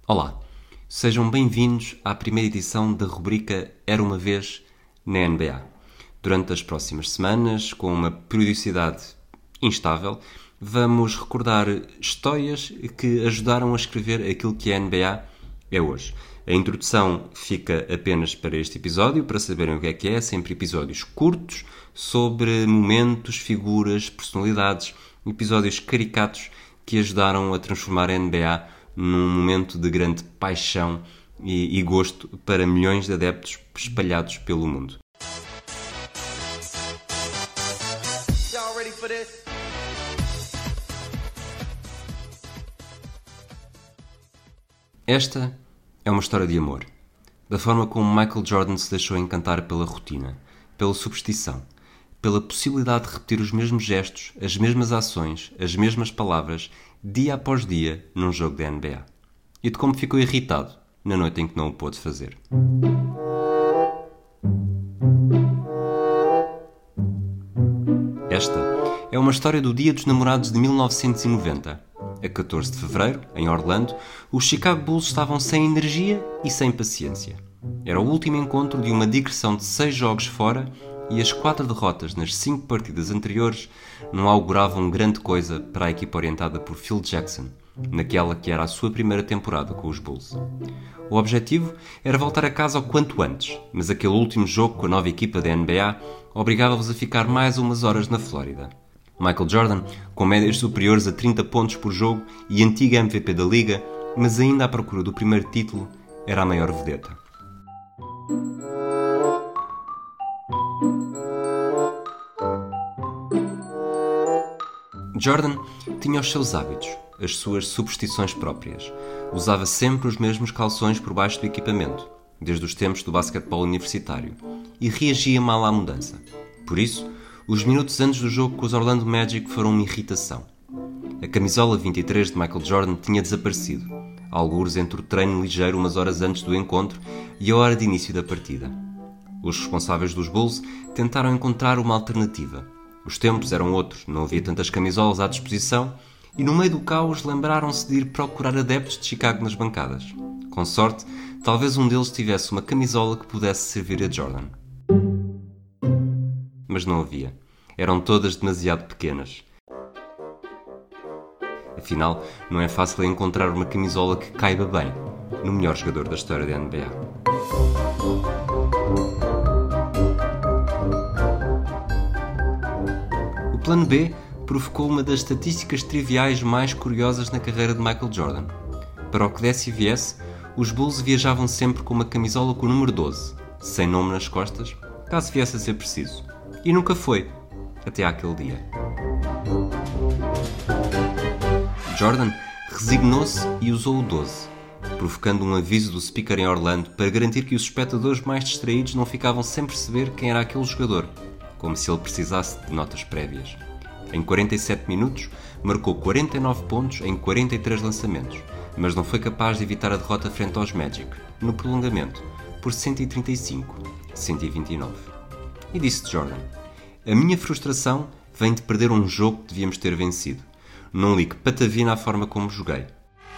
Olá, sejam bem-vindos à primeira edição da rubrica Era uma Vez na NBA. Durante as próximas semanas, com uma periodicidade instável, vamos recordar histórias que ajudaram a escrever aquilo que a NBA é hoje. A introdução fica apenas para este episódio, para saberem o que é, sempre episódios curtos sobre momentos, figuras, personalidades, episódios caricatos que ajudaram a transformar a NBA num momento de grande paixão e gosto para milhões de adeptos espalhados pelo mundo. Esta é uma história de amor, da forma como Michael Jordan se deixou encantar pela rotina, pela superstição, pela possibilidade de repetir os mesmos gestos, as mesmas ações, as mesmas palavras, dia após dia, num jogo da NBA. E de como ficou irritado na noite em que não o pôde fazer. Esta é uma história do Dia dos Namorados de 1990. A 14 de fevereiro, em Orlando, os Chicago Bulls estavam sem energia e sem paciência. Era o último encontro de uma digressão de 6 jogos fora e as 4 derrotas nas 5 partidas anteriores não auguravam grande coisa para a equipa orientada por Phil Jackson, naquela que era a sua primeira temporada com os Bulls. O objetivo era voltar a casa o quanto antes, mas aquele último jogo com a nova equipa da NBA obrigava-os a ficar mais umas horas na Flórida. Michael Jordan, com médias superiores a 30 pontos por jogo e antiga MVP da liga, mas ainda à procura do primeiro título, era a maior vedeta. Jordan tinha os seus hábitos, as suas superstições próprias. Usava sempre os mesmos calções por baixo do equipamento, desde os tempos do basquetebol universitário, e reagia mal à mudança. Por isso, os minutos antes do jogo com os Orlando Magic foram uma irritação. A camisola 23 de Michael Jordan tinha desaparecido, algures entre o treino ligeiro umas horas antes do encontro e a hora de início da partida. Os responsáveis dos Bulls tentaram encontrar uma alternativa. Os tempos eram outros, não havia tantas camisolas à disposição e no meio do caos lembraram-se de ir procurar adeptos de Chicago nas bancadas. Com sorte, talvez um deles tivesse uma camisola que pudesse servir a Jordan. Mas não havia. Eram todas demasiado pequenas. Afinal, não é fácil encontrar uma camisola que caiba bem no melhor jogador da história da NBA. O plano B provocou uma das estatísticas triviais mais curiosas na carreira de Michael Jordan. Para o que desse e viesse, os Bulls viajavam sempre com uma camisola com o número 12, sem nome nas costas, caso viesse a ser preciso. E nunca foi, até àquele dia. Jordan resignou-se e usou o 12, provocando um aviso do speaker em Orlando para garantir que os espectadores mais distraídos não ficavam sem perceber quem era aquele jogador, como se ele precisasse de notas prévias. Em 47 minutos, marcou 49 pontos em 43 lançamentos, mas não foi capaz de evitar a derrota frente aos Magic, no prolongamento, por 135-129. E disse Jordan: "A minha frustração vem de perder um jogo que devíamos ter vencido. Não ligo patavina à forma como joguei."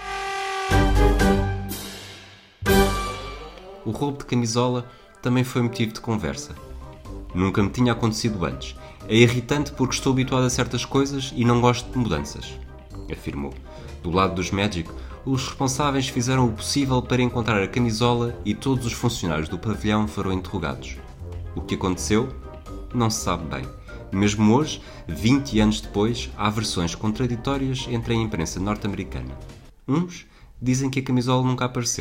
O roubo de camisola também foi motivo de conversa. "Nunca me tinha acontecido antes. É irritante porque estou habituado a certas coisas e não gosto de mudanças", afirmou. Do lado dos Magic, os responsáveis fizeram o possível para encontrar a camisola e todos os funcionários do pavilhão foram interrogados. O que aconteceu? Não se sabe bem. Mesmo hoje, 20 anos depois, há versões contraditórias entre a imprensa norte-americana. Uns dizem que a camisola nunca apareceu.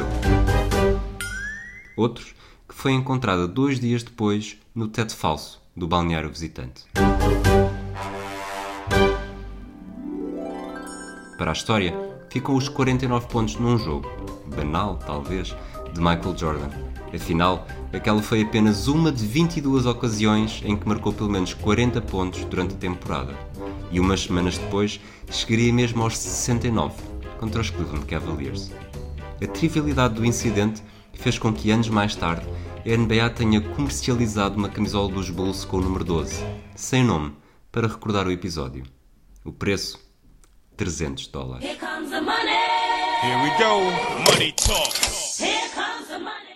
Outros que foi encontrada 2 dias depois no teto falso do balneário visitante. Para a história, ficam os 49 pontos num jogo, banal talvez, de Michael Jordan. Afinal, aquela foi apenas uma de 22 ocasiões em que marcou pelo menos 40 pontos durante a temporada. E umas semanas depois, chegaria mesmo aos 69, contra os Cleveland Cavaliers. A trivialidade do incidente fez com que anos mais tarde a NBA tenha comercializado uma camisola dos Bulls com o número 12, sem nome, para recordar o episódio. O preço? $300. Here comes the money. Here we go. Money talk. Here comes the money.